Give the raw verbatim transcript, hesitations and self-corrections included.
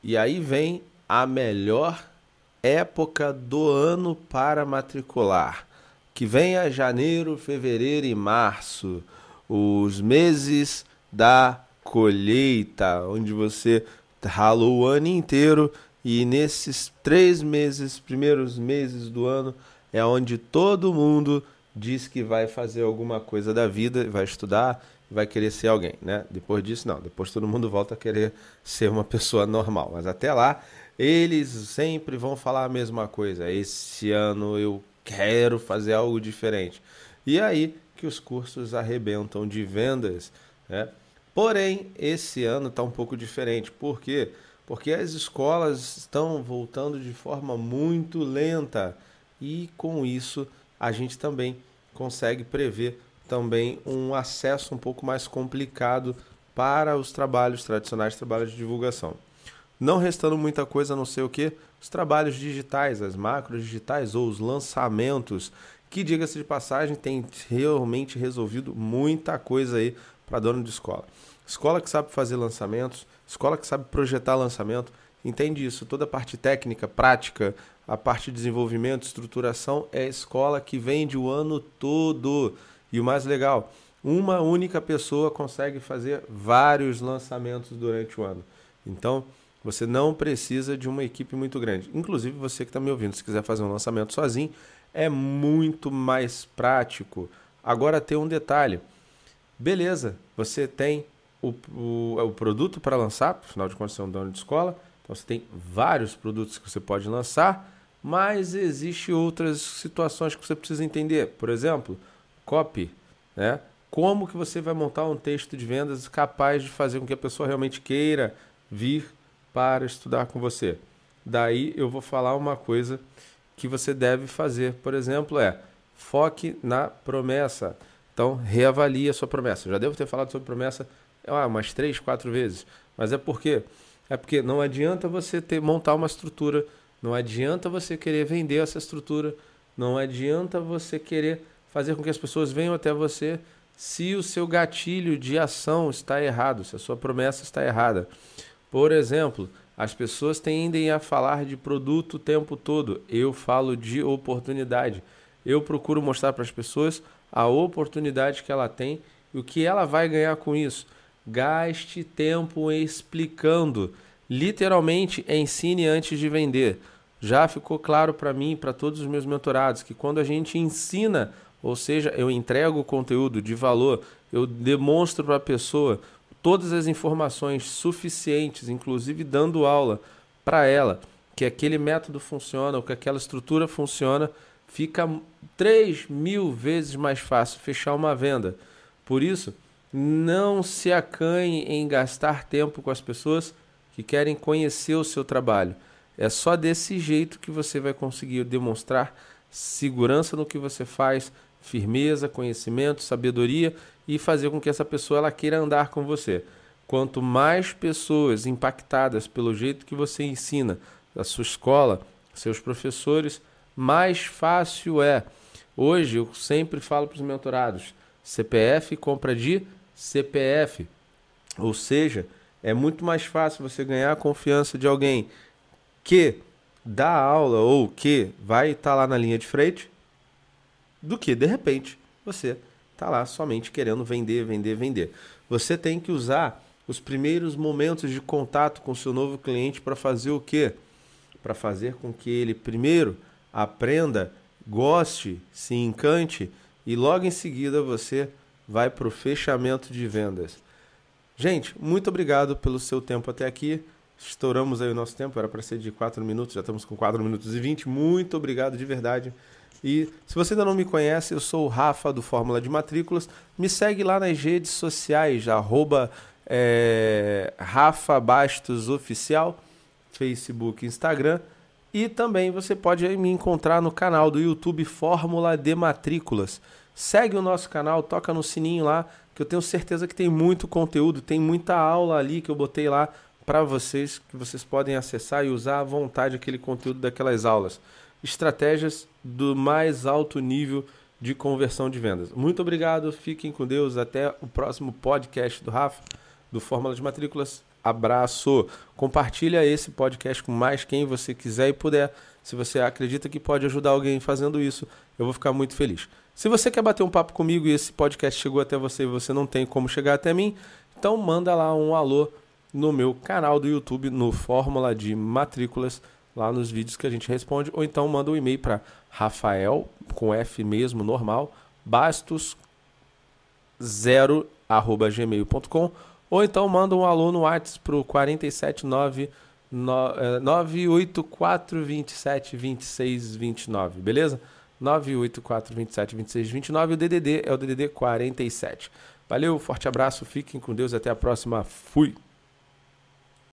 E aí vem a melhor época do ano para matricular, que venha janeiro, fevereiro e março, os meses da colheita, onde você ralou o ano inteiro e nesses três meses, primeiros meses do ano, é onde todo mundo diz que vai fazer alguma coisa da vida, vai estudar, vai querer ser alguém, né? Depois disso, não. Depois todo mundo volta a querer ser uma pessoa normal. Mas até lá, eles sempre vão falar a mesma coisa. Esse ano eu quero fazer algo diferente. E aí que os cursos arrebentam de vendas, né? Porém, esse ano está um pouco diferente. Por quê? Porque as escolas estão voltando de forma muito lenta. E com isso, a gente também consegue prever também um acesso um pouco mais complicado para os trabalhos tradicionais, trabalhos de divulgação. Não restando muita coisa, a não sei o que, os trabalhos digitais, as macros digitais ou os lançamentos, que, diga-se de passagem, tem realmente resolvido muita coisa aí para dono de escola. Escola que sabe fazer lançamentos, escola que sabe projetar lançamento, entende isso, toda a parte técnica, prática, a parte de desenvolvimento, estruturação, é a escola que vende o ano todo. E o mais legal, uma única pessoa consegue fazer vários lançamentos durante o ano. Então, você não precisa de uma equipe muito grande. Inclusive, você que está me ouvindo, se quiser fazer um lançamento sozinho, é muito mais prático. Agora tem um detalhe. Beleza, você tem o, o, o produto para lançar, afinal de contas, você é um dono de escola, então você tem vários produtos que você pode lançar, mas existem outras situações que você precisa entender. Por exemplo, copy, né? Como que você vai montar um texto de vendas capaz de fazer com que a pessoa realmente queira vir para estudar com você? Daí eu vou falar uma coisa que você deve fazer, por exemplo, é foque na promessa. Então, reavalie a sua promessa. Eu já devo ter falado sobre promessa ah, umas três, quatro vezes, mas é por quê? É porque não adianta você ter, montar uma estrutura, não adianta você querer vender essa estrutura, não adianta você querer fazer com que as pessoas venham até você se o seu gatilho de ação está errado, se a sua promessa está errada. Por exemplo, as pessoas tendem a falar de produto o tempo todo. Eu falo de oportunidade. Eu procuro mostrar para as pessoas a oportunidade que ela tem e o que ela vai ganhar com isso. Gaste tempo explicando. Literalmente, ensine antes de vender. Já ficou claro para mim e para todos os meus mentorados que quando a gente ensina, ou seja, eu entrego conteúdo de valor, eu demonstro para a pessoa todas as informações suficientes, inclusive dando aula para ela, que aquele método funciona, ou que aquela estrutura funciona, fica três mil vezes mais fácil fechar uma venda. Por isso, não se acanhe em gastar tempo com as pessoas que querem conhecer o seu trabalho. É só desse jeito que você vai conseguir demonstrar segurança no que você faz, firmeza, conhecimento, sabedoria e fazer com que essa pessoa ela queira andar com você. Quanto mais pessoas impactadas pelo jeito que você ensina, a sua escola, seus professores, mais fácil é. Hoje eu sempre falo para os mentorados, C P F compra de C P F. Ou seja, é muito mais fácil você ganhar a confiança de alguém que dá aula ou que vai estar lá na linha de frente do que, de repente, você está lá somente querendo vender, vender, vender. Você tem que usar os primeiros momentos de contato com o seu novo cliente para fazer o quê? Para fazer com que ele, primeiro, aprenda, goste, se encante e logo em seguida você vai para o fechamento de vendas. Gente, muito obrigado pelo seu tempo até aqui. Estouramos aí o nosso tempo, era para ser de quatro minutos, já estamos com quatro minutos e vinte. Muito obrigado de verdade. E se você ainda não me conhece, eu sou o Rafa do Fórmula de Matrículas. Me segue lá nas redes sociais, arroba é, Rafa Bastos Oficial, Facebook, Instagram. E também você pode me encontrar no canal do YouTube Fórmula de Matrículas. Segue o nosso canal, toca no sininho lá, que eu tenho certeza que tem muito conteúdo, tem muita aula ali que eu botei lá para vocês, que vocês podem acessar e usar à vontade aquele conteúdo daquelas aulas. Estratégias do mais alto nível de conversão de vendas. Muito obrigado, fiquem com Deus, até o próximo podcast do Rafa, do Fórmula de Matrículas. abraço. Compartilha esse podcast com mais quem você quiser e puder. Se você acredita que pode ajudar alguém fazendo isso, eu vou ficar muito feliz. Se você quer bater um papo comigo e esse podcast chegou até você e você não tem como chegar até mim, então manda lá um alô no meu canal do YouTube, no Fórmula de Matrículas, lá nos vídeos que a gente responde, ou então manda um e-mail para Rafael, com F mesmo, normal, bastos zero arroba gmail ponto com, ou então manda um alô no WhatsApp para o quatro sete nove nove oito quatro dois sete dois seis dois nove, beleza? nove oito quatro dois sete dois seis dois nove, o D D D é o D D D quarenta e sete. Valeu, forte abraço, fiquem com Deus, até a próxima, fui!